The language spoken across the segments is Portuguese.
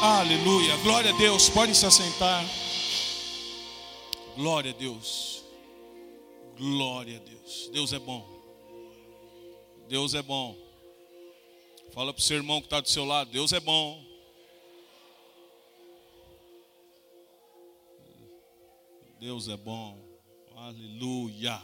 Aleluia, glória a Deus, podem se assentar. Glória a Deus, glória a Deus. Deus é bom, Deus é bom. Fala para o seu irmão que está do seu lado, Deus é bom. Deus é bom, aleluia.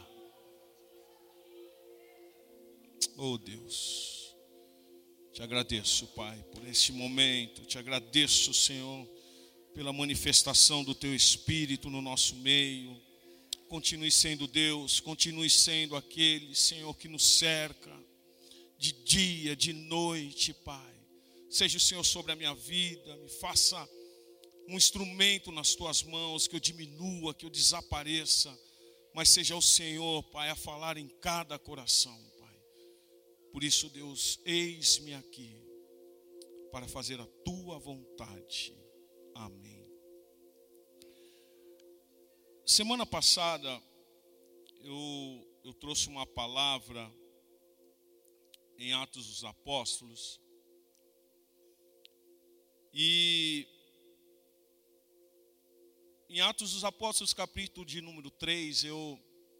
Oh Deus, te agradeço, Pai, por este momento. Te agradeço, Senhor, pela manifestação do Teu Espírito no nosso meio. Continue sendo Deus, continue sendo aquele, Senhor, que nos cerca de dia, de noite, Pai. Seja o Senhor sobre a minha vida, me faça um instrumento nas Tuas mãos, que eu diminua, que eu desapareça, mas seja o Senhor, Pai, a falar em cada coração, Pai. Por isso, Deus, eis-me aqui para fazer a Tua vontade. Amém. Semana passada, eu trouxe uma palavra em Atos dos Apóstolos. E em Atos dos Apóstolos, capítulo de número 3, eu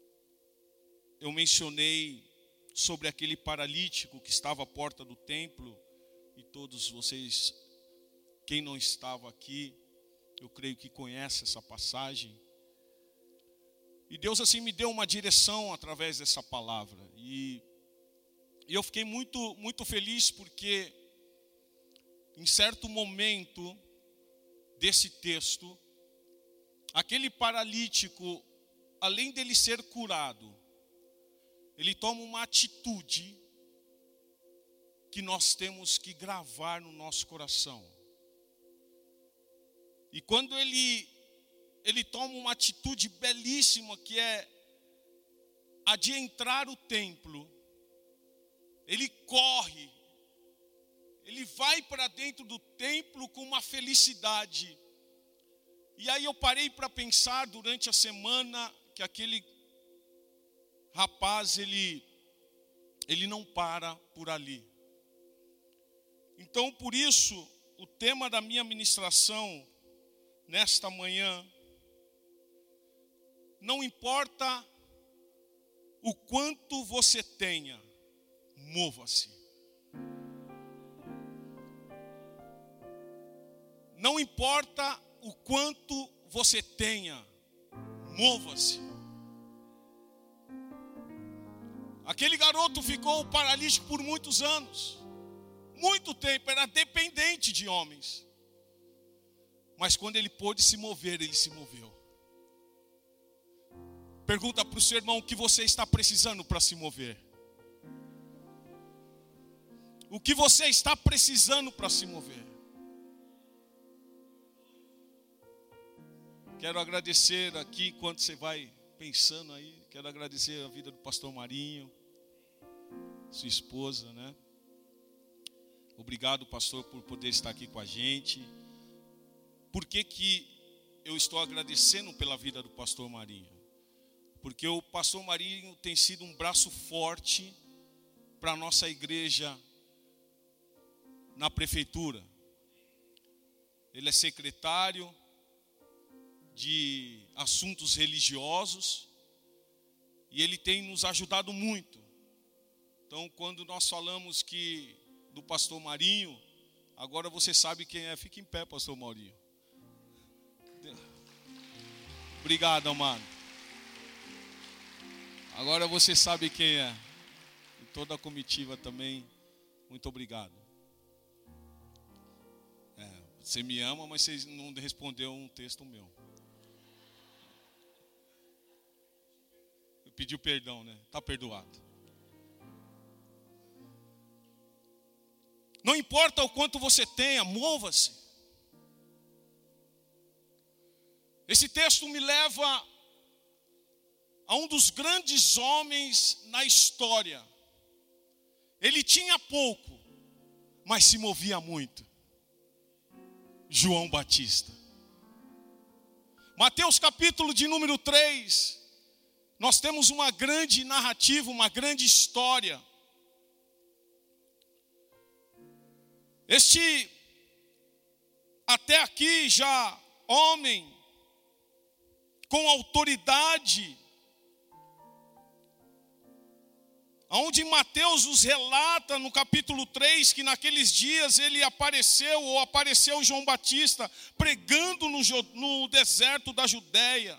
mencionei sobre aquele paralítico que estava à porta do templo. E todos vocês, quem não estava aqui, eu creio que conhece essa passagem. E Deus assim me deu uma direção através dessa palavra. E eu fiquei muito, muito feliz porque em certo momento desse texto, aquele paralítico, além dele ser curado, ele toma uma atitude que nós temos que gravar no nosso coração. E quando ele toma uma atitude belíssima, que é a de entrar no templo, ele corre, ele vai para dentro do templo com uma felicidade. E aí eu parei para pensar durante a semana que aquele rapaz, ele não para por ali. Então, por isso, o tema da minha ministração nesta manhã, não importa o quanto você tenha, mova-se. Não importa o quanto você tenha, mova-se. Aquele garoto ficou paralítico por muitos anos, muito tempo, era dependente de homens. Mas quando ele pôde se mover, ele se moveu. Pergunta para o seu irmão o que você está precisando para se mover. O que você está precisando para se mover. Quero agradecer aqui, enquanto você vai pensando aí, quero agradecer a vida do pastor Marinho, sua esposa, né? Obrigado, pastor, por poder estar aqui com a gente. Por que eu estou agradecendo pela vida do pastor Marinho? Porque o pastor Marinho tem sido um braço forte para a nossa igreja na prefeitura. Ele é secretário de assuntos religiosos e ele tem nos ajudado muito. Então, quando nós falamos do pastor Marinho, agora você sabe quem é. Fique em pé, pastor Maurinho. Obrigado, amado. Agora você sabe quem é. E toda a comitiva também, muito obrigado. Você me ama, mas você não respondeu um texto meu. Pediu perdão, né? Está perdoado. Não importa o quanto você tenha, mova-se. Esse texto me leva a um dos grandes homens na história. Ele tinha pouco, mas se movia muito. João Batista. Mateus capítulo de número 3, nós temos uma grande narrativa, uma grande história. até aqui já homem com autoridade, onde Mateus nos relata no capítulo 3 que naqueles dias apareceu João Batista pregando no deserto da Judéia.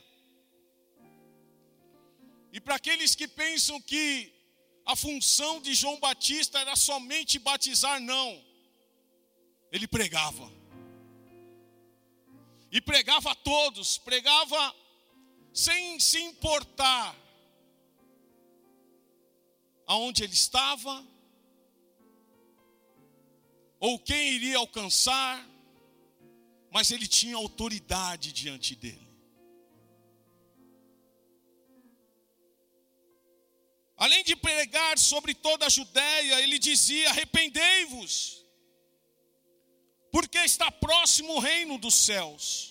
E para aqueles que pensam que a função de João Batista era somente batizar, não. Ele pregava. E pregava a todos, pregava sem se importar aonde ele estava, ou quem iria alcançar, mas ele tinha autoridade diante dele. Além de pregar sobre toda a Judéia, ele dizia: arrependei-vos, porque está próximo o reino dos céus.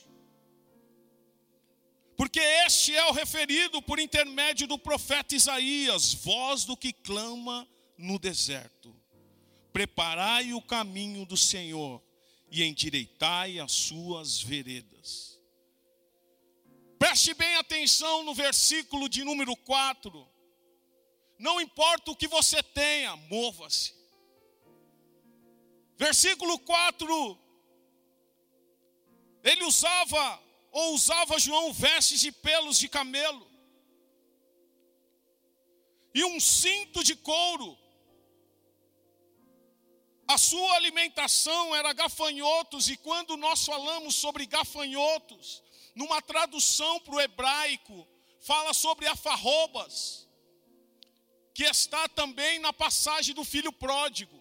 Porque este é o referido por intermédio do profeta Isaías, voz do que clama no deserto: preparai o caminho do Senhor e endireitai as suas veredas. Preste bem atenção no versículo de número 4. Não importa o que você tenha, mova-se. Versículo 4, ele usava João vestes de pelos de camelo e um cinto de couro. A sua alimentação era gafanhotos, e quando nós falamos sobre gafanhotos, numa tradução para o hebraico, fala sobre alfarrobas, que está também na passagem do filho pródigo.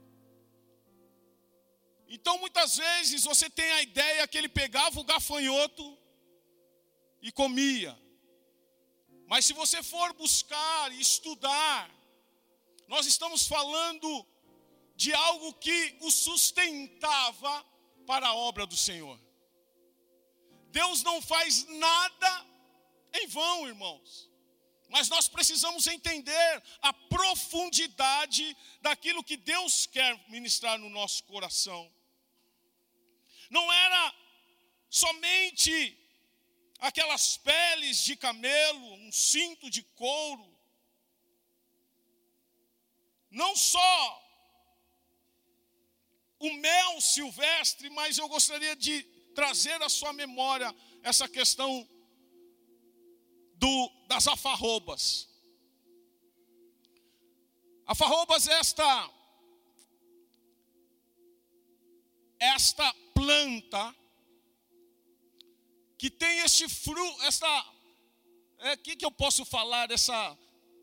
Então muitas vezes você tem a ideia que ele pegava o gafanhoto e comia. Mas se você for buscar e estudar, nós estamos falando de algo que o sustentava para a obra do Senhor. Deus não faz nada em vão, irmãos. Mas nós precisamos entender a profundidade daquilo que Deus quer ministrar no nosso coração. Não era somente aquelas peles de camelo, um cinto de couro. Não só o mel silvestre, mas eu gostaria de trazer à sua memória essa questão das alfarrobas. Alfarrobas é esta planta que tem este fruto, que eu posso falar, essa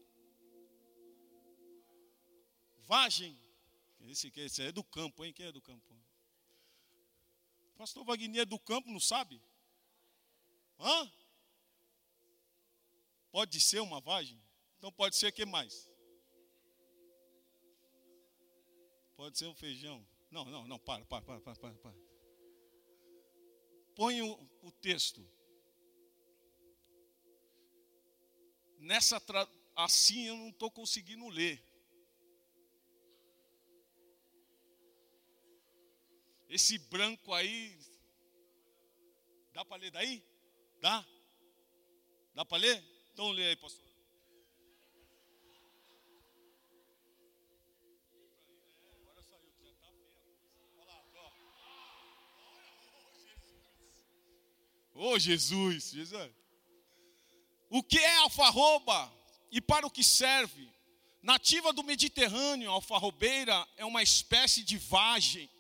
vagem. Esse é do campo, hein? Quem é do campo? Pastor Wagner é do campo, não sabe? Hã? Pode ser uma vagem? Então pode ser o que mais? Pode ser um feijão. Não, para. Põe o texto. Assim eu não estou conseguindo ler. Esse branco aí, dá para ler daí? Dá? Dá para ler? Então lê aí, pastor. Agora saiu, já está feia a coisa. Olha lá, ó. Oh, Jesus. O que é alfarroba e para o que serve? Nativa do Mediterrâneo, a alfarrobeira é uma espécie de vagem.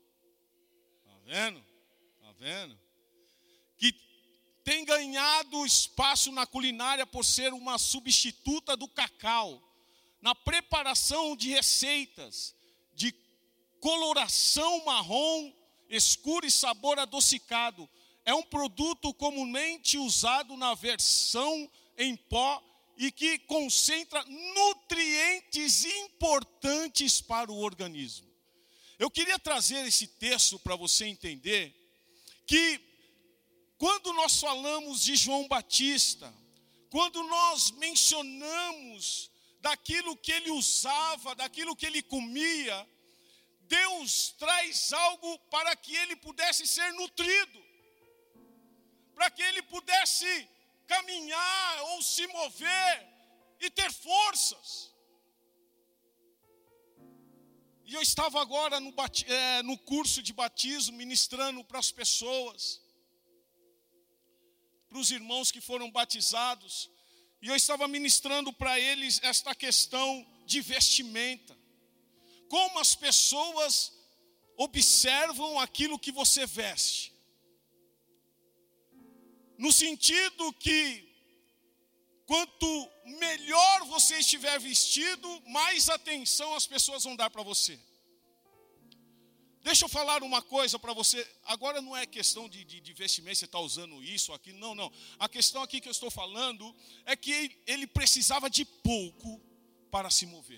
Tá vendo? Que tem ganhado espaço na culinária por ser uma substituta do cacau, na preparação de receitas de coloração marrom escura e sabor adocicado. É um produto comumente usado na versão em pó e que concentra nutrientes importantes para o organismo. Eu queria trazer esse texto para você entender que quando nós falamos de João Batista, quando nós mencionamos daquilo que ele usava, daquilo que ele comia, Deus traz algo para que ele pudesse ser nutrido, para que ele pudesse caminhar ou se mover e ter forças. E eu estava agora no curso de batismo, ministrando para as pessoas, para os irmãos que foram batizados, e eu estava ministrando para eles esta questão de vestimenta. Como as pessoas observam aquilo que você veste. No sentido que, quanto melhor você estiver vestido, mais atenção as pessoas vão dar para você. Deixa eu falar uma coisa para você. Agora não é questão de vestimenta, você está usando isso, aquilo. Não. A questão aqui que eu estou falando é que ele precisava de pouco para se mover.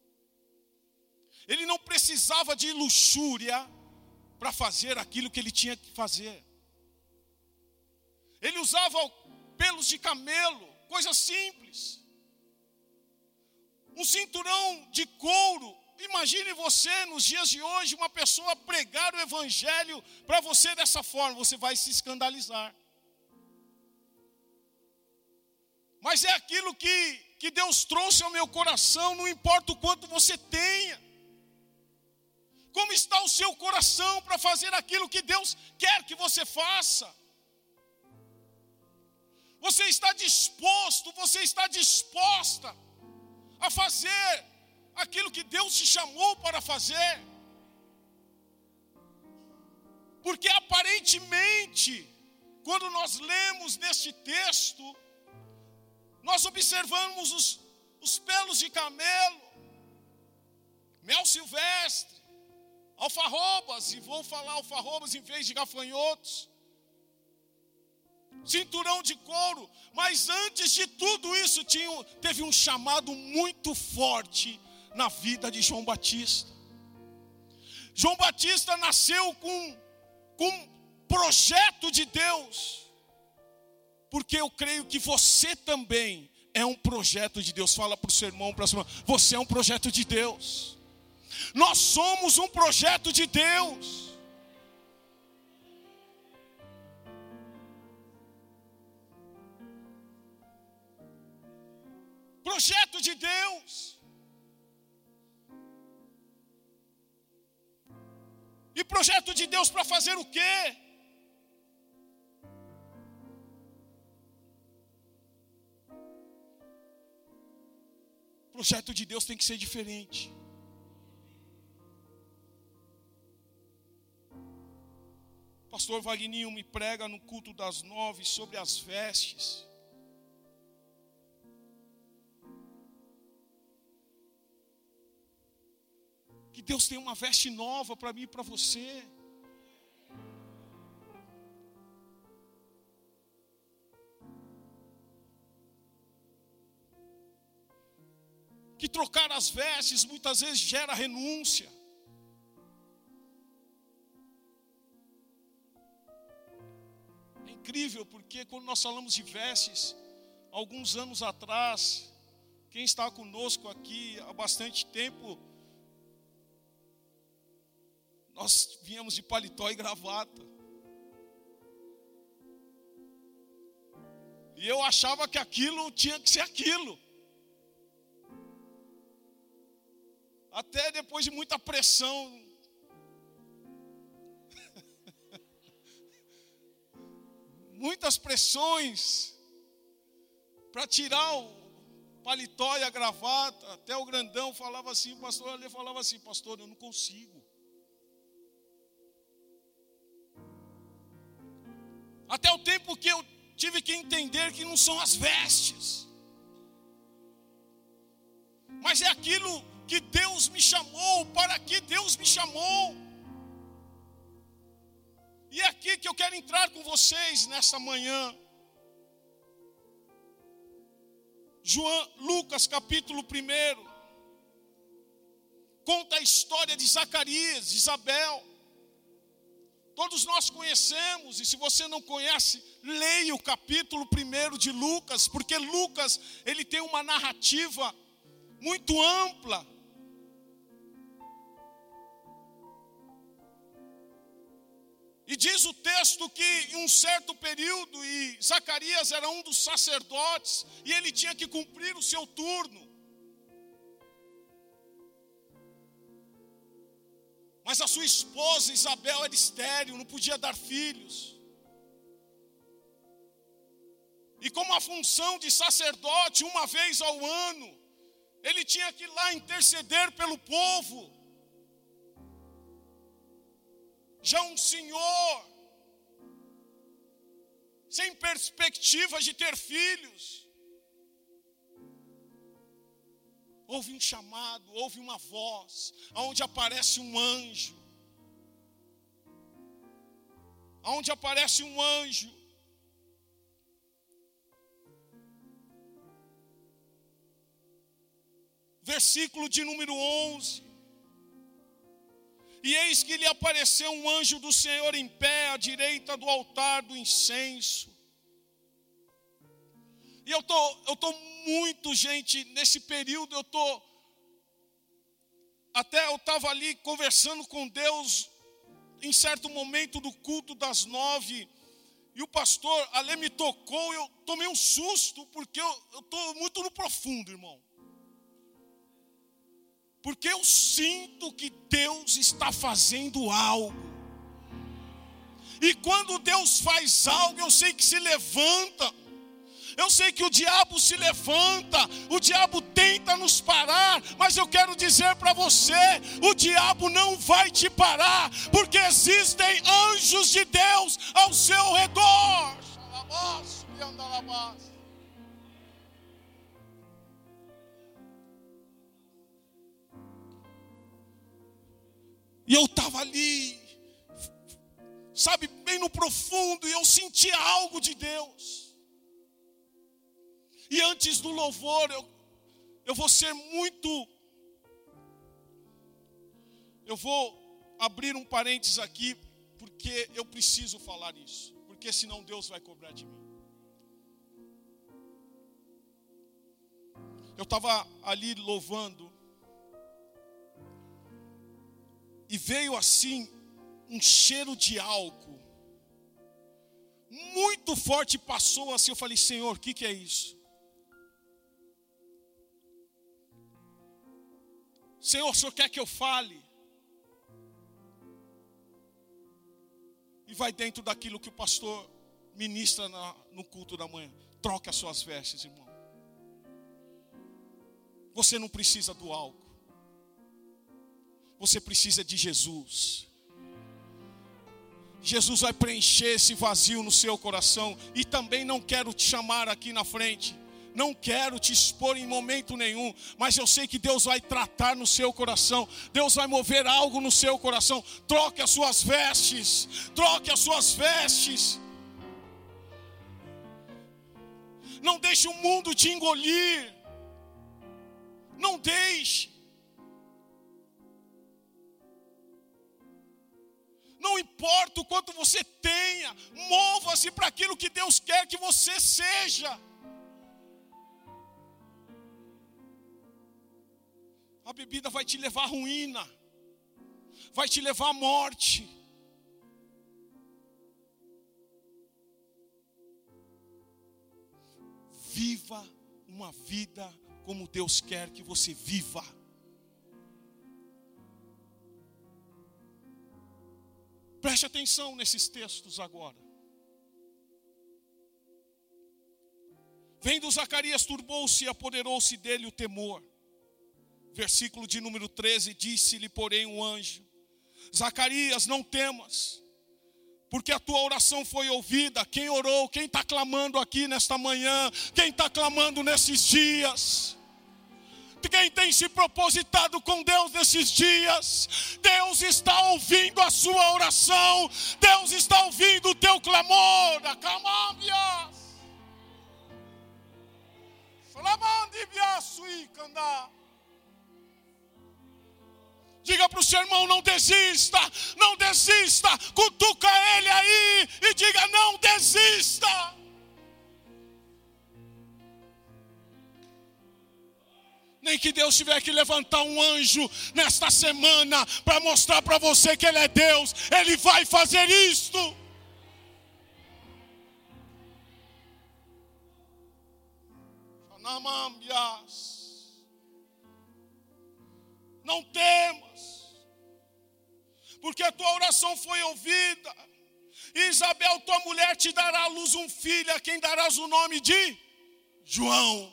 Ele não precisava de luxúria para fazer aquilo que ele tinha que fazer. Ele usava pelos de camelo, coisa simples. Um cinturão de couro. Imagine você, nos dias de hoje, uma pessoa pregar o evangelho para você dessa forma. Você vai se escandalizar. Mas é aquilo que Deus trouxe ao meu coração, não importa o quanto você tenha. Como está o seu coração para fazer aquilo que Deus quer que você faça? Você está disposto, você está disposta a fazer aquilo que Deus te chamou para fazer? Porque aparentemente, quando nós lemos neste texto, nós observamos os pelos de camelo, mel silvestre, alfarrobas, e vou falar alfarrobas em vez de gafanhotos, cinturão de couro. Mas antes de tudo isso teve um chamado muito forte na vida de João Batista. João Batista nasceu com projeto de Deus, porque eu creio que você também é um projeto de Deus. Fala para o seu irmão, para a sua irmã, você é um projeto de Deus. Nós somos um projeto de Deus. Projeto de Deus. E projeto de Deus para fazer o quê? Projeto de Deus tem que ser diferente. Pastor Wagninho me prega no culto das 9 sobre as vestes. Que Deus tem uma veste nova para mim e para você. Que trocar as vestes muitas vezes gera renúncia. É incrível, porque quando nós falamos de vestes, alguns anos atrás, quem está conosco aqui há bastante tempo, nós viemos de paletó e gravata. E eu achava que aquilo tinha que ser aquilo. Até depois de muita pressão. Muitas pressões para tirar o paletó e a gravata. Até o grandão falava assim, o pastor ali falava assim, pastor, eu não consigo. Até o tempo que eu tive que entender que não são as vestes, mas é aquilo que Deus me chamou, para que Deus me chamou. E é aqui que eu quero entrar com vocês nessa manhã. Lucas capítulo 1 conta a história de Zacarias, de Isabel. Todos nós conhecemos, e se você não conhece, leia o capítulo 1 de Lucas, porque Lucas, ele tem uma narrativa muito ampla. E diz o texto que em um certo período, e Zacarias era um dos sacerdotes, e ele tinha que cumprir o seu turno. Mas a sua esposa Isabel era estéril, não podia dar filhos. E como a função de sacerdote, uma vez ao ano, ele tinha que ir lá interceder pelo povo. Já um senhor, sem perspectivas de ter filhos, houve um chamado, houve uma voz, onde aparece um anjo. Onde aparece um anjo. Versículo de número 11. E eis que lhe apareceu um anjo do Senhor em pé à direita do altar do incenso. E eu tô muito, gente, nesse período eu estava ali conversando com Deus em certo momento do culto das 9, e o pastor Ale me tocou, eu tomei um susto, porque eu estou muito no profundo, irmão. Porque eu sinto que Deus está fazendo algo. E quando Deus faz algo, eu sei que se levanta. Eu sei que o diabo se levanta. O diabo tenta nos parar. Mas eu quero dizer para você, o diabo não vai te parar. Porque existem anjos de Deus ao seu redor. E eu estava ali, sabe, bem no profundo, e eu sentia algo de Deus. E antes do louvor, eu vou ser muito... Eu vou abrir um parênteses aqui, porque eu preciso falar isso. Porque senão Deus vai cobrar de mim. Eu estava ali louvando. E veio assim, um cheiro de álcool. Muito forte, passou assim. Eu falei, Senhor, o que é isso? Senhor, o Senhor quer que eu fale? E vai dentro daquilo que o pastor ministra no culto da manhã. Troque as suas vestes, irmão. Você não precisa do álcool. Você precisa de Jesus. Jesus vai preencher esse vazio no seu coração. E também não quero te chamar aqui na frente. Não quero te expor em momento nenhum. Mas eu sei que Deus vai tratar no seu coração. Deus vai mover algo no seu coração. Troque as suas vestes. Troque as suas vestes. Não deixe o mundo te engolir. Não deixe. Não importa o quanto você tenha, mova-se para aquilo que Deus quer que você seja. A bebida vai te levar à ruína, vai te levar à morte. Viva uma vida como Deus quer que você viva. Preste atenção nesses textos agora. Vendo Zacarias, turbou-se e apoderou-se dele o temor. Versículo de número 13, disse-lhe, porém, um anjo: Zacarias, não temas, porque a tua oração foi ouvida. Quem orou? Quem está clamando aqui nesta manhã? Quem está clamando nesses dias? Quem tem se propositado com Deus nesses dias? Deus está ouvindo a sua oração. Deus está ouvindo o teu clamor. Diga para o seu irmão, não desista. Não desista. Cutuca ele aí e diga, não desista. Nem que Deus tiver que levantar um anjo nesta semana para mostrar para você que Ele é Deus, Ele vai fazer isto. Não temas, porque a tua oração foi ouvida. Isabel, tua mulher, te dará à luz um filho, a quem darás o nome de João.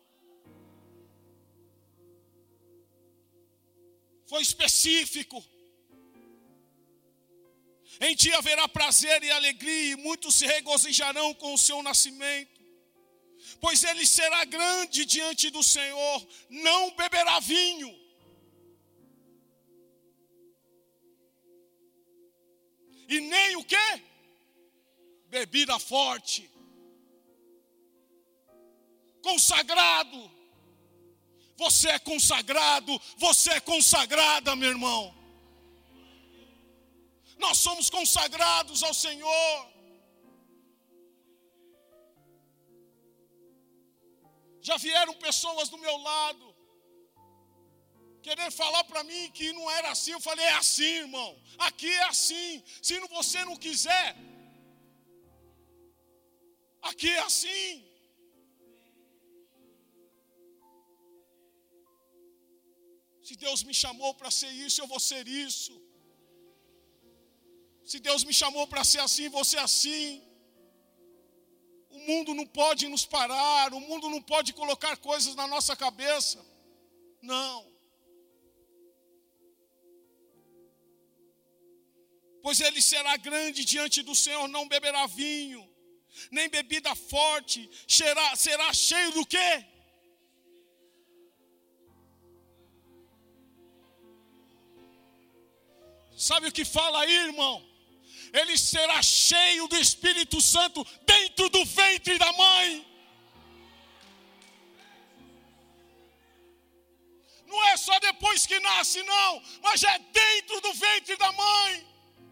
Foi específico. Em ti haverá prazer e alegria, e muitos se regozijarão com o seu nascimento. Pois ele será grande diante do Senhor, não beberá vinho. E nem o quê? Bebida forte. Consagrado. Você é consagrado, você é consagrada, meu irmão. Nós somos consagrados ao Senhor. Já vieram pessoas do meu lado querer falar para mim que não era assim. Eu falei, é assim, irmão. Aqui é assim. Se você não quiser, aqui é assim. Se Deus me chamou para ser isso, eu vou ser isso. Se Deus me chamou para ser assim, vou ser assim. O mundo não pode nos parar, o mundo não pode colocar coisas na nossa cabeça. Não. Pois ele será grande diante do Senhor, não beberá vinho, nem bebida forte, será cheio do quê? Sabe o que fala aí, irmão? Ele será cheio do Espírito Santo dentro do ventre da mãe. Não é só depois que nasce, não, mas é dentro do ventre da mãe.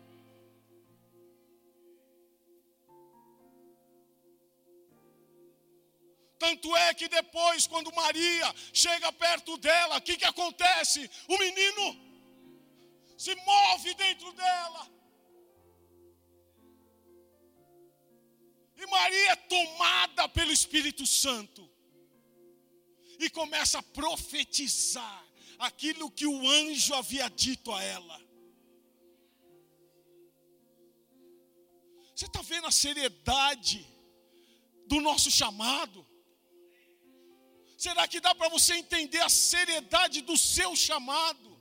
Tanto é que depois, quando Maria chega perto dela, o que acontece? O menino se move dentro dela. E Maria é tomada pelo Espírito Santo. E começa a profetizar aquilo que o anjo havia dito a ela. Você está vendo a seriedade do nosso chamado? Será que dá para você entender a seriedade do seu chamado?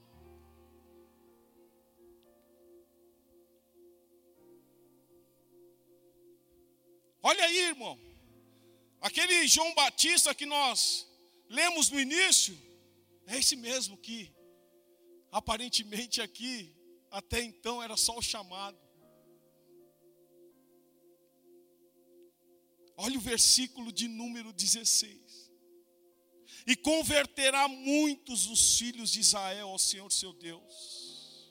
Olha aí, irmão. Aquele João Batista que nós lemos no início, é esse mesmo que, aparentemente aqui, até então era só o chamado. Olha o versículo de número 16. E converterá muitos os filhos de Israel ao Senhor seu Deus.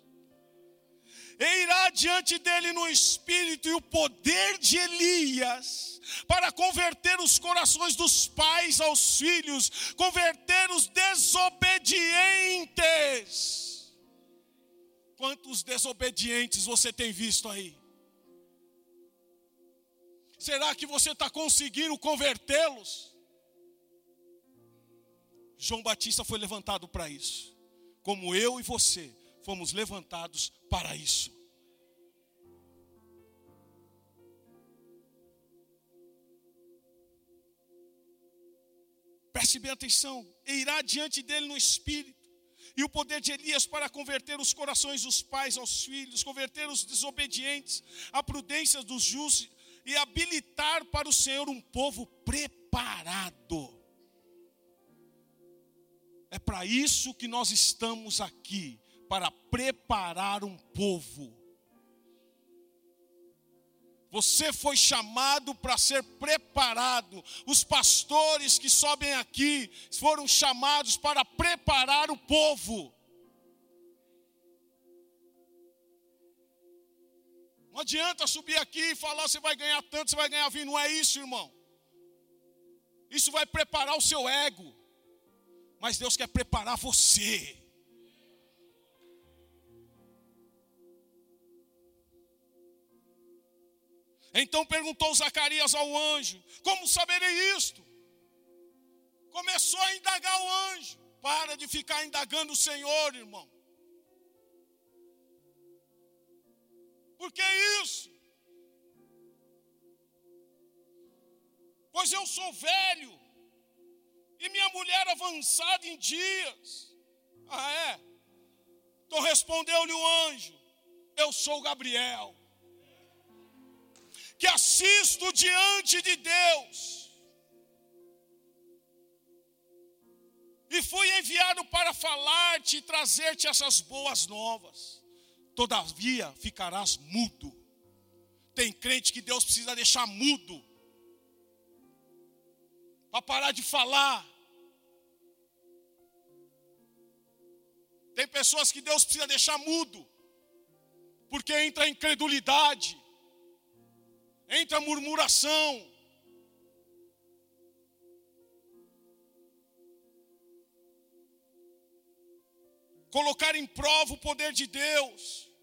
E irá diante dele no espírito e o poder de Elias, para converter os corações dos pais aos filhos, converter os desobedientes. Quantos desobedientes você tem visto aí? Será que você está conseguindo convertê-los? João Batista foi levantado para isso, como eu e você fomos levantados para isso. Preste bem atenção. E irá diante dele no espírito e o poder de Elias para converter os corações dos pais aos filhos, converter os desobedientes à prudência dos justos e habilitar para o Senhor um povo preparado. É para isso que nós estamos aqui, para preparar um povo. Você foi chamado para ser preparado. Os pastores que sobem aqui foram chamados para preparar o povo. Não adianta subir aqui e falar você vai ganhar tanto, você vai ganhar vinho. Não é isso, irmão. Isso vai preparar o seu ego. Mas Deus quer preparar você. Então perguntou Zacarias ao anjo: como saberei isto? Começou a indagar o anjo. Para de ficar indagando o Senhor, irmão. Por que isso? Pois eu sou velho e minha mulher avançada em dias. Ah, é? Então respondeu-lhe o anjo: eu sou Gabriel, que assisto diante de Deus. E fui enviado para falar-te e trazer-te essas boas novas. Todavia ficarás mudo. Tem crente que Deus precisa deixar mudo, para parar de falar. Tem pessoas que Deus precisa deixar mudo, porque entra a incredulidade, entra a murmuração. Colocar em prova o poder de Deus.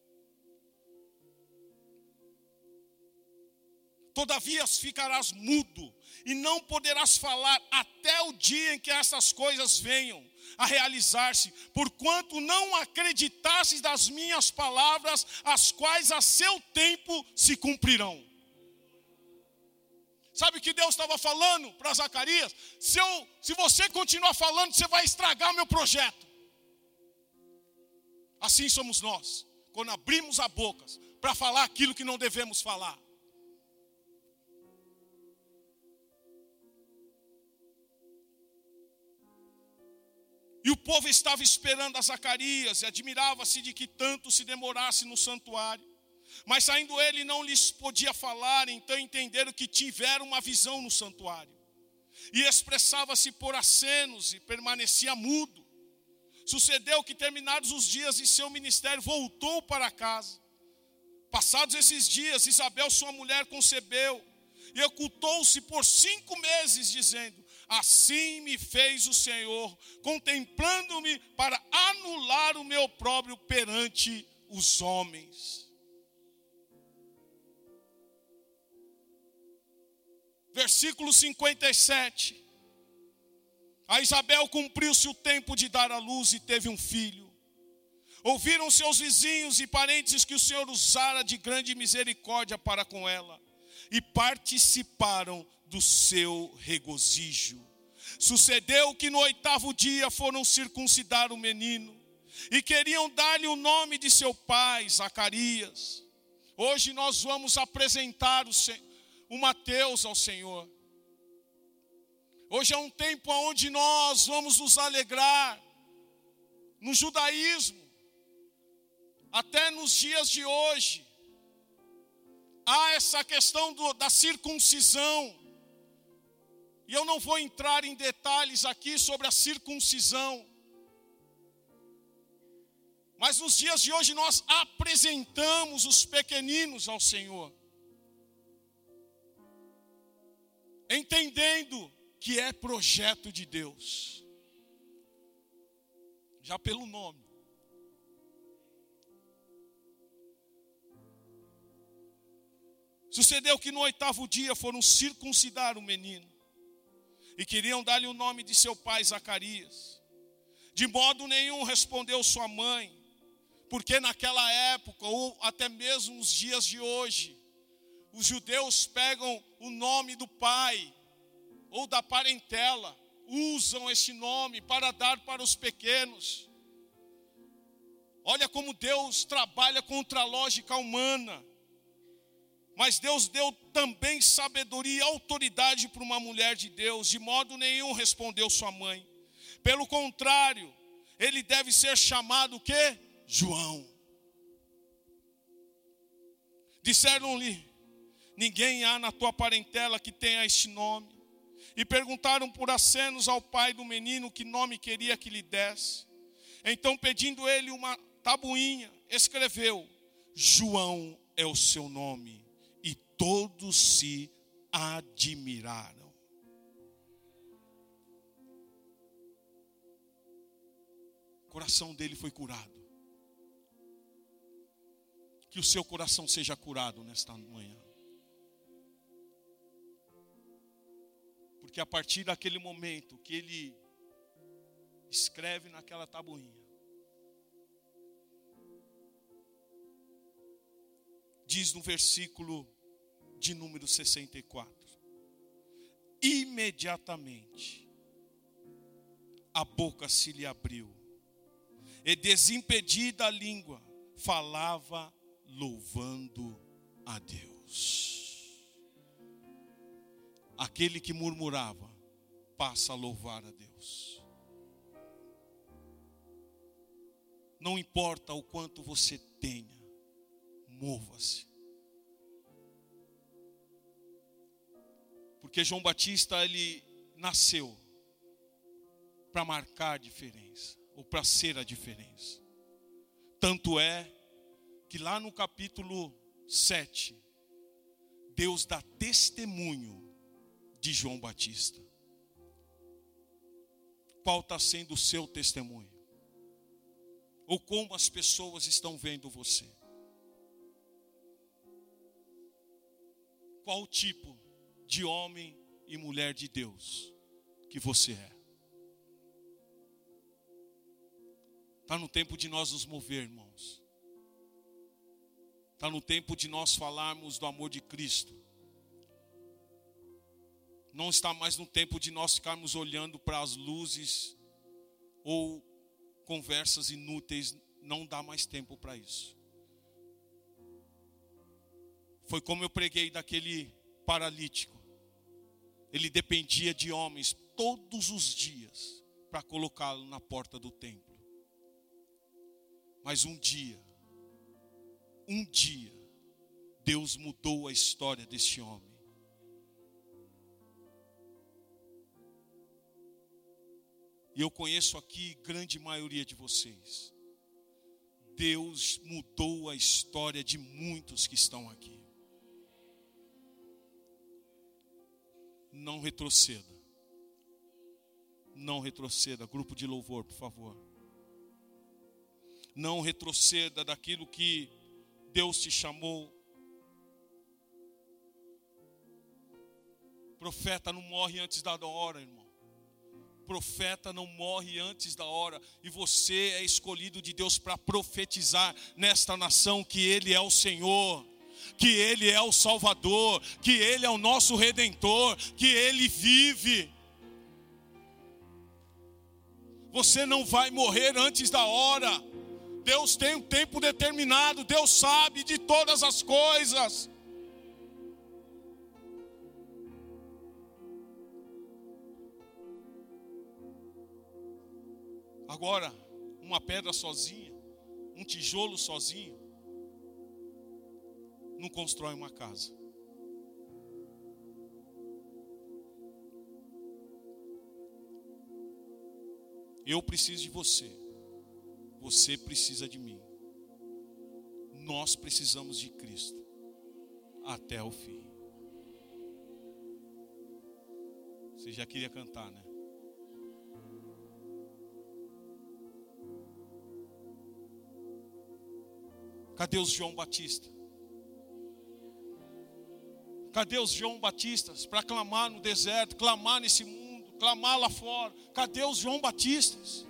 Todavia ficarás mudo e não poderás falar até o dia em que essas coisas venham a realizar-se, porquanto não acreditastes das minhas palavras, as quais a seu tempo se cumprirão. Sabe o que Deus estava falando para Zacarias? Se você continuar falando, você vai estragar o meu projeto. Assim somos nós, quando abrimos a boca para falar aquilo que não devemos falar. E o povo estava esperando a Zacarias e admirava-se de que tanto se demorasse no santuário. Mas saindo ele não lhes podia falar, então entenderam que tiveram uma visão no santuário. E expressava-se por acenos e permanecia mudo. Sucedeu que, terminados os dias de seu ministério, voltou para casa. Passados esses dias, Isabel, sua mulher, concebeu e ocultou-se por 5 meses, dizendo: assim me fez o Senhor, contemplando-me para anular o meu opróbrio perante os homens. Versículo 57. A Isabel cumpriu-se o tempo de dar à luz e teve um filho. Ouviram seus vizinhos e parentes que o Senhor usara de grande misericórdia para com ela, e participaram do seu regozijo. Sucedeu que no 8º dia foram circuncidar o menino, e queriam dar-lhe o nome de seu pai, Zacarias. Hoje nós vamos apresentar o Mateus ao Senhor. Hoje é um tempo onde nós vamos nos alegrar. No judaísmo, até nos dias de hoje, há essa questão da circuncisão. E eu não vou entrar em detalhes aqui sobre a circuncisão. Mas nos dias de hoje nós apresentamos os pequeninos ao Senhor, entendendo que é projeto de Deus, já pelo nome. Sucedeu que no 8º dia foram circuncidar o menino, e queriam dar-lhe o nome de seu pai, Zacarias. De modo nenhum respondeu sua mãe, porque naquela época, ou até mesmo nos dias de hoje, os judeus pegam o nome do pai ou da parentela, usam esse nome para dar para os pequenos. Olha como Deus trabalha contra a lógica humana. Mas Deus deu também sabedoria e autoridade para uma mulher de Deus. De modo nenhum respondeu sua mãe. Pelo contrário, ele deve ser chamado o quê? João. Disseram-lhe: ninguém há na tua parentela que tenha este nome. E perguntaram por acenos ao pai do menino que nome queria que lhe desse. Então, pedindo ele uma tabuinha, escreveu: João é o seu nome. E todos se admiraram. coração dele foi curado. Que o seu coração seja curado nesta manhã. Porque a partir daquele momento que ele escreve naquela tabuinha, diz no versículo de número 64, imediatamente a boca se lhe abriu, e desimpedida a língua, falava louvando a Deus. Aquele que murmurava passa a louvar a Deus. Não importa o quanto você tenha, mova-se. Porque João Batista, ele nasceu para marcar a diferença, ou para ser a diferença. Tanto é que lá no capítulo 7, Deus dá testemunho de João Batista. Qual está sendo o seu testemunho? Ou como as pessoas estão vendo você? Qual o tipo de homem e mulher de Deus que você é? Está no tempo de nós nos mover, irmãos. Está no tempo de nós falarmos do amor de Cristo. Não está mais no tempo de nós ficarmos olhando para as luzes ou conversas inúteis. Não dá mais tempo para isso. Foi como eu preguei daquele paralítico. Ele dependia de homens todos os dias para colocá-lo na porta do templo. Mas um dia, Deus mudou a história desse homem. E eu conheço aqui grande maioria de vocês. Deus mudou a história de muitos que estão aqui. Não retroceda. Não retroceda. Grupo de louvor, por favor. Não retroceda daquilo que Deus te chamou. Profeta não morre antes da hora, irmão. Profeta não morre antes da hora. E você é escolhido de Deus para profetizar nesta nação que Ele é o Senhor, que Ele é o Salvador, que Ele é o nosso Redentor, que Ele vive. Você não vai morrer antes da hora. Deus tem um tempo determinado. Deus sabe de todas as coisas. Agora, uma pedra sozinha, um tijolo sozinho, não constrói uma casa. Eu preciso de você. Você precisa de mim. Nós precisamos de Cristo até o fim. Você já queria cantar, né? Cadê os João Batista? Cadê os João Batistas para clamar no deserto, clamar nesse mundo, clamar lá fora? Cadê os João Batistas?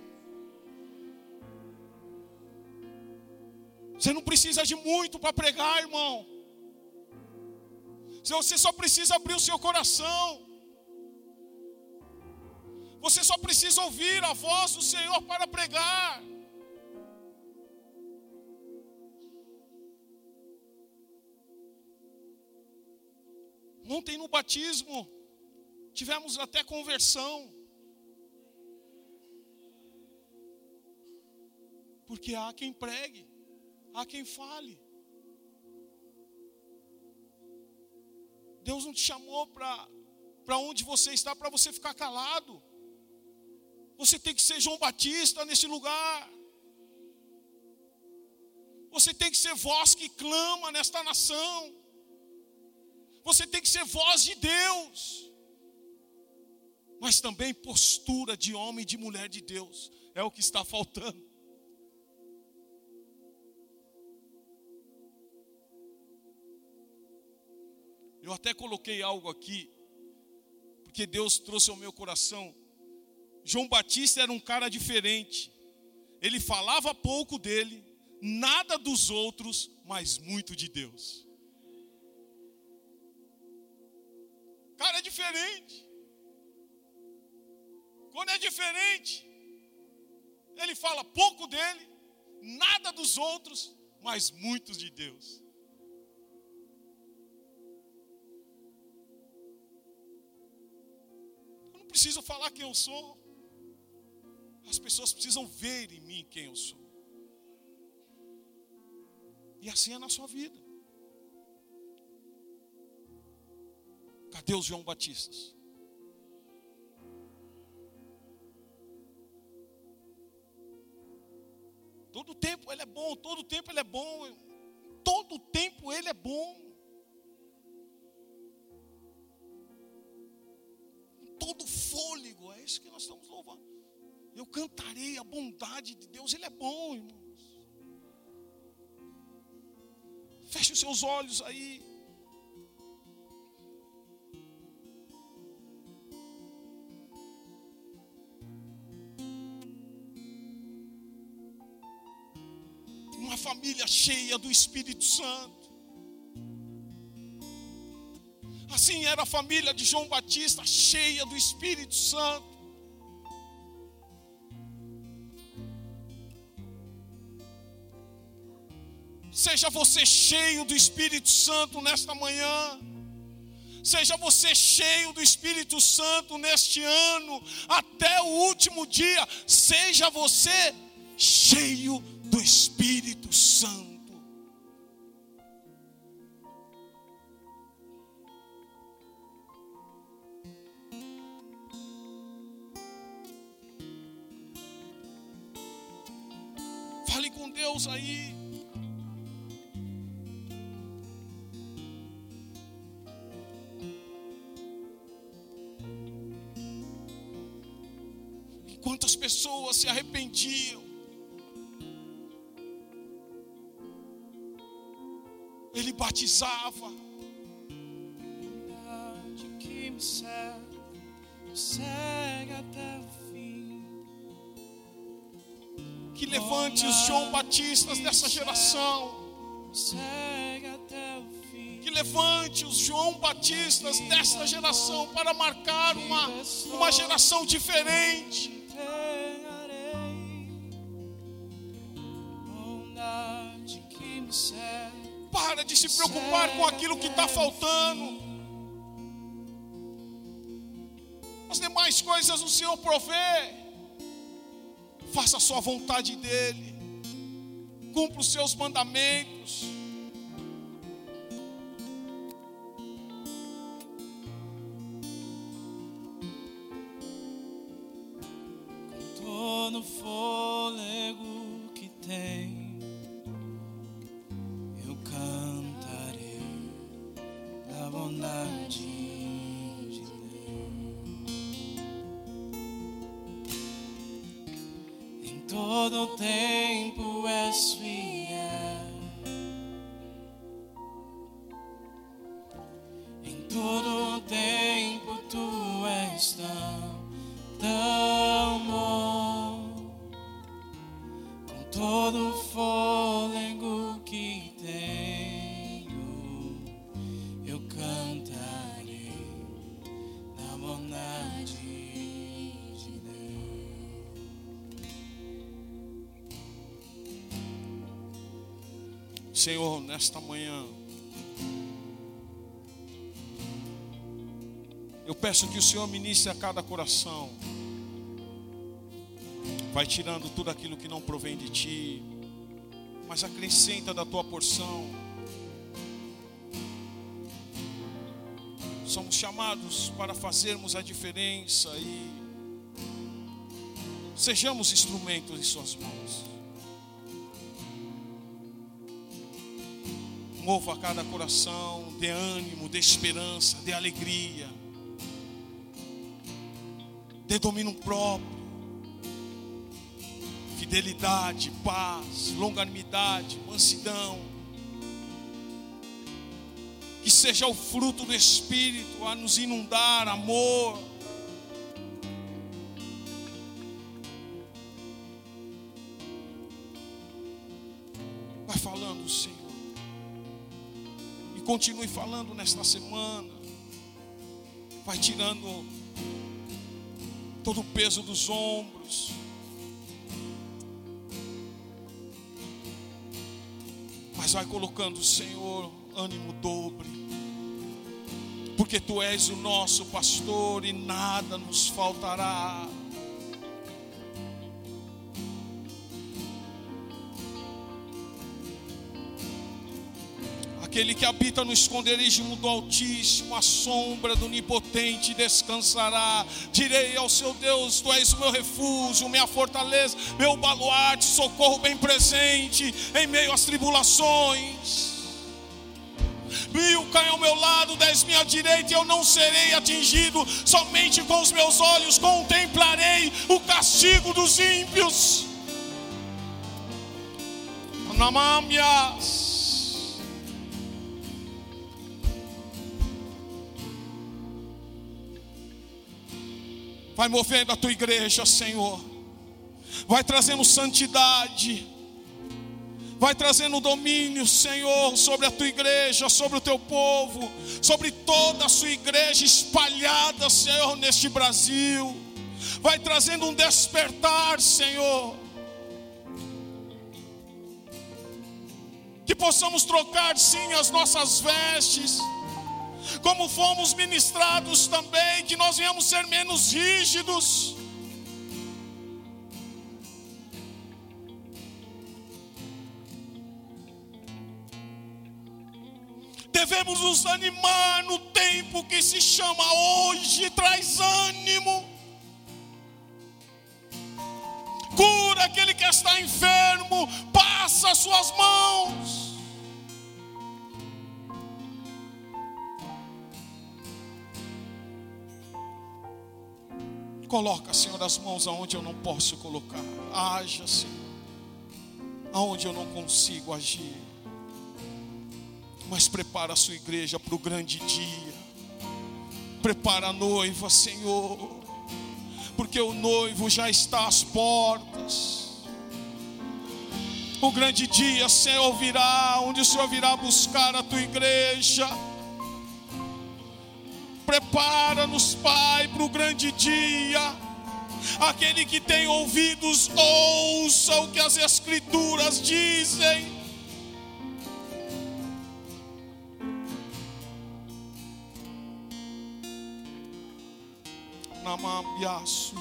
Você não precisa de muito para pregar, irmão. Você só precisa abrir o seu coração. Você só precisa ouvir a voz do Senhor para pregar. Ontem no batismo, tivemos até conversão. Porque há quem pregue, há quem fale. Deus não te chamou para onde você está, para você ficar calado. Você tem que ser João Batista nesse lugar. Você tem que ser voz que clama nesta nação. Você tem que ser voz de Deus. Mas também postura de homem e de mulher de Deus. É o que está faltando. Eu até coloquei algo aqui, porque Deus trouxe ao meu coração. João Batista era um cara diferente. Ele falava pouco dele, nada dos outros, mas muito de Deus. Cara, é diferente. Quando é diferente, ele fala pouco dele, nada dos outros, mas muitos de Deus. Eu não preciso falar quem eu sou. As pessoas precisam ver em mim quem eu sou. E assim é na sua vida. Cadê os João Batistas? Todo tempo ele é bom, todo tempo ele é bom. Todo tempo ele é bom. Todo fôlego, é isso que nós estamos louvando. Eu cantarei a bondade de Deus, ele é bom, irmãos. Feche os seus olhos aí. Uma família cheia do Espírito Santo. Assim era a família de João Batista, cheia do Espírito Santo. Seja você cheio do Espírito Santo nesta manhã. Seja você cheio do Espírito Santo neste ano, até o último dia. Seja você cheio do Espírito Santo. Fale com Deus aí. Quantas pessoas se arrependiam. Ele batizava. Que me segue até o fim. Que levante os João Batistas dessa geração. Segue até o fim. Que levante os João Batistas dessa geração para marcar uma geração diferente. Para de se preocupar com aquilo que está faltando. As demais coisas o Senhor provê. Faça a sua vontade dEle. Cumpra os seus mandamentos. Com todo o fôlego que tem, bondade de Deus. Em todo tempo és fiel. Em todo tempo tu és tão bom. Com todo o fôlego que tenho, eu cantarei na bondade de Deus. Senhor, nesta manhã, eu peço que o Senhor ministre a cada coração. Vai tirando tudo aquilo que não provém de Ti, mas acrescenta da Tua porção. Somos chamados para fazermos a diferença e sejamos instrumentos em Suas mãos. Mova cada coração, dê ânimo, dê esperança, dê alegria, dê domínio próprio, fidelidade, paz, longanimidade, mansidão. Que seja o fruto do Espírito a nos inundar, amor. Vai falando, Senhor. E continue falando nesta semana. Vai tirando todo o peso dos ombros. Mas vai colocando, Senhor, ânimo dobre. Porque Tu és o nosso pastor e nada nos faltará. Aquele que habita no esconderijo do Altíssimo, a sombra do Onipotente descansará. Direi ao seu Deus: Tu és o meu refúgio, minha fortaleza, meu baluarte, socorro bem presente em meio às tribulações. 1000 caem ao meu lado, 10.000 à direita, e eu não serei atingido. Somente com os meus olhos contemplarei o castigo dos ímpios. Namamias. Vai movendo a Tua igreja, Senhor. Vai trazendo santidade. Vai trazendo domínio, Senhor, sobre a Tua igreja, sobre o Teu povo, sobre toda a Sua igreja espalhada, Senhor, neste Brasil. Vai trazendo um despertar, Senhor. Que possamos trocar, sim, as nossas vestes. Como fomos ministrados também, que nós venhamos ser menos rígidos. Devemos nos animar no tempo que se chama hoje. Traz ânimo. Cura aquele que está enfermo. Passa as suas mãos. Coloca, Senhor, as mãos aonde eu não posso colocar. Haja, Senhor, aonde eu não consigo agir. Mas prepara a sua igreja para o grande dia. Prepara a noiva, Senhor, porque o noivo já está às portas. O grande dia, Senhor, virá, onde o Senhor virá buscar a tua igreja. Prepara-nos, Pai, para o grande dia. Aquele que tem ouvidos, ouça o que as Escrituras dizem. Namambiaço.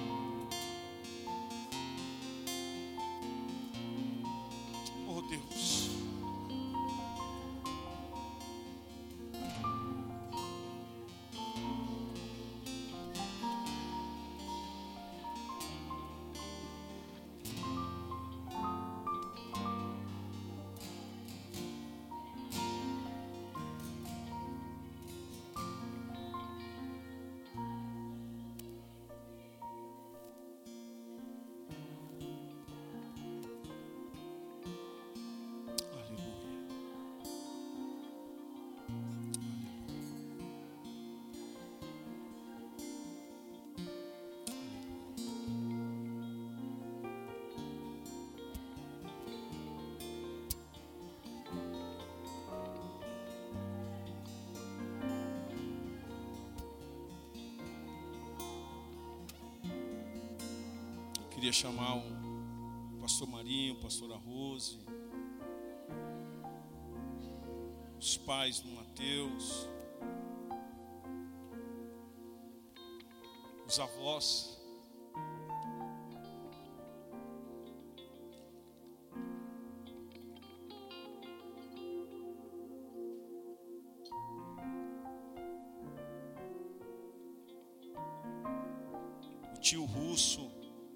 Oh Deus. Queria chamar o pastor Marinho, o pastor Rose, os pais do Mateus, os avós. O tio Russo.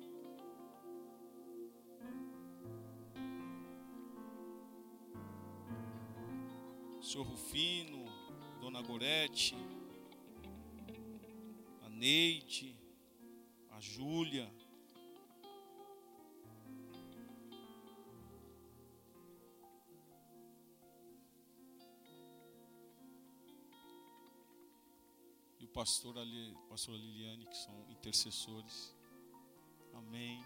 Senhor Rufino, Dona Gorete, a Neide, a Júlia, o pastora Liliane, que são intercessores. Amém.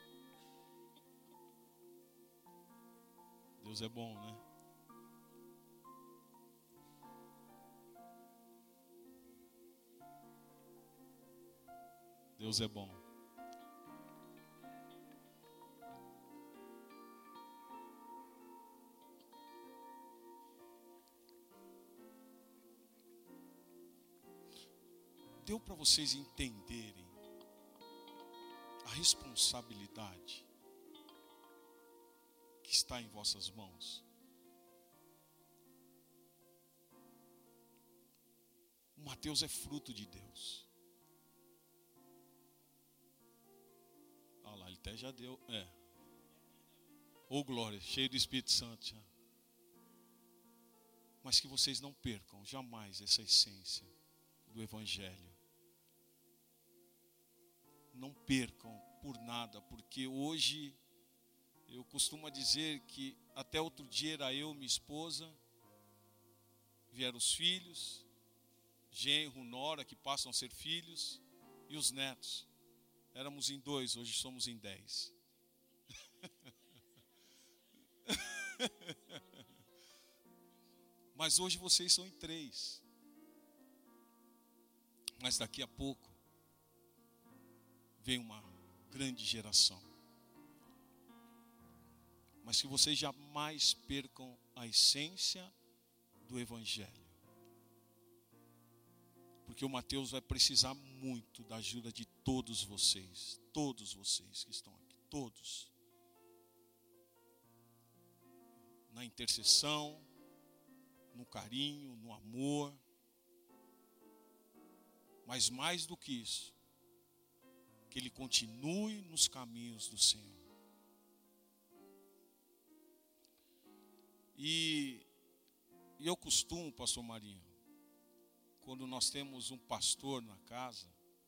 Deus é bom, né? Deus é bom. Deu para vocês entenderem a responsabilidade que está em vossas mãos? O Mateus é fruto de Deus. Olha lá, ele até já deu. Ô glória, cheio do Espírito Santo já. Mas que vocês não percam jamais essa essência do Evangelho. Não percam por nada, porque hoje eu costumo dizer que até outro dia era eu, minha esposa, vieram os filhos, genro, nora, que passam a ser filhos, e os netos. Éramos em 2, hoje somos em 10. Mas hoje vocês são em 3. Mas daqui a pouco vem uma grande geração. Mas que vocês jamais percam a essência do Evangelho. Porque o Mateus vai precisar muito da ajuda de todos vocês que estão aqui, todos. Na intercessão, no carinho, no amor. Mas mais do que isso, que ele continue nos caminhos do Senhor. E eu costumo, pastor Marinho, quando nós temos um pastor na casa,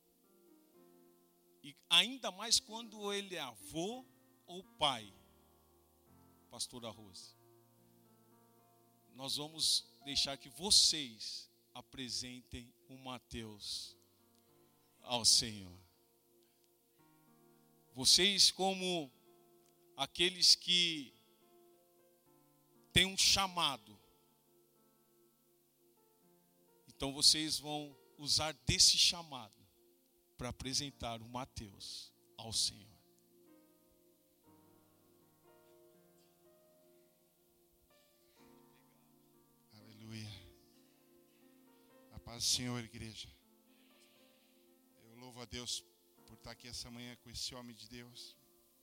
e ainda mais quando ele é avô ou pai, pastor Arroz, nós vamos deixar que vocês apresentem o Mateus ao Senhor. Vocês, como aqueles que têm um chamado, então vocês vão usar desse chamado para apresentar o Mateus ao Senhor. Aleluia. A paz do Senhor, igreja. Eu louvo a Deus por estar aqui essa manhã com esse homem de Deus.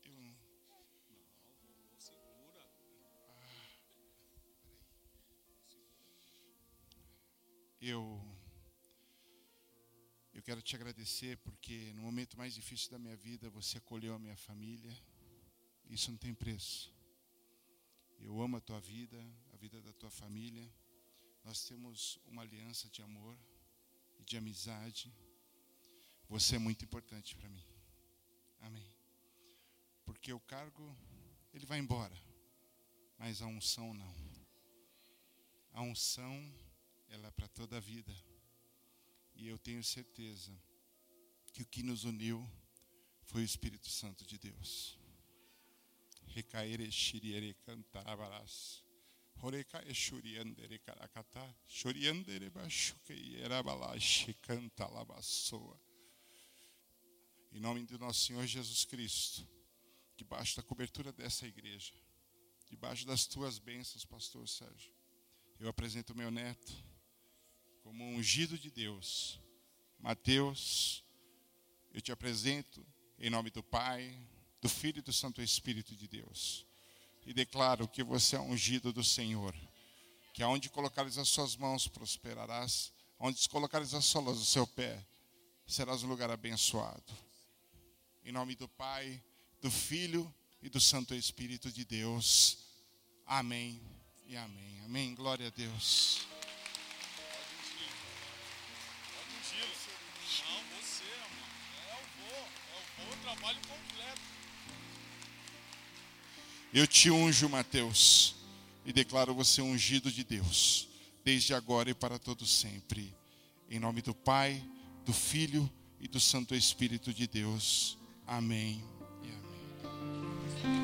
Eu quero te agradecer porque no momento mais difícil da minha vida você acolheu a minha família. Isso não tem preço. Eu amo a tua vida, a vida da tua família. Nós temos uma aliança de amor e de amizade. Você é muito importante para mim. Amém. Porque o cargo, ele vai embora. Mas a unção não. A unção, ela é para toda a vida. E eu tenho certeza que o que nos uniu foi o Espírito Santo de Deus. Recaire shiriere cantarabaras. Horecae shuriandere caracatá. Shuriandere bachuque erabalache canta labassoa. Em nome do nosso Senhor Jesus Cristo, debaixo da cobertura dessa igreja, debaixo das tuas bênçãos, pastor Sérgio, eu apresento o meu neto como um ungido de Deus. Mateus, eu te apresento em nome do Pai, do Filho e do Santo Espírito de Deus. E declaro que você é ungido do Senhor, que aonde colocares as suas mãos prosperarás, onde colocares as solas do seu pé, serás um lugar abençoado. Em nome do Pai, do Filho e do Santo Espírito de Deus. Amém e amém. Amém. Glória a Deus. Não, você, amor. É o trabalho completo. Eu te unjo, Mateus, e declaro você ungido de Deus, desde agora e para todo sempre. Em nome do Pai, do Filho e do Santo Espírito de Deus. Amém e amém.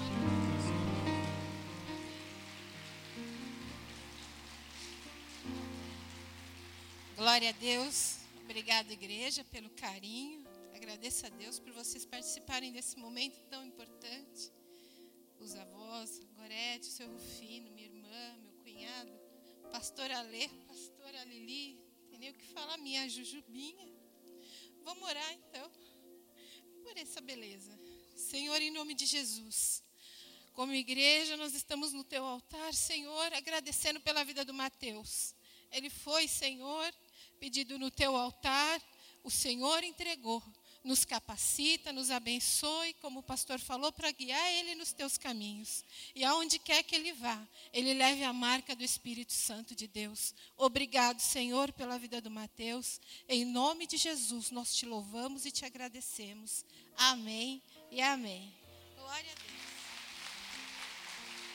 Glória a Deus. Obrigada, igreja, pelo carinho. Agradeço a Deus por vocês participarem desse momento tão importante. Os avós, Gorete, o seu Rufino, minha irmã, meu cunhado, pastor Alê, pastora Lili, tem nem o que falar, minha Jujubinha. Vamos orar então por essa beleza. Senhor, em nome de Jesus, como igreja nós estamos no teu altar, Senhor, agradecendo pela vida do Mateus. Ele foi, Senhor, pedido no teu altar, o Senhor entregou. Nos capacita, nos abençoe, como o pastor falou, para guiar ele nos teus caminhos. E aonde quer que ele vá, ele leve a marca do Espírito Santo de Deus. Obrigado, Senhor, pela vida do Mateus. Em nome de Jesus, nós te louvamos e te agradecemos. Amém e amém. Glória a Deus.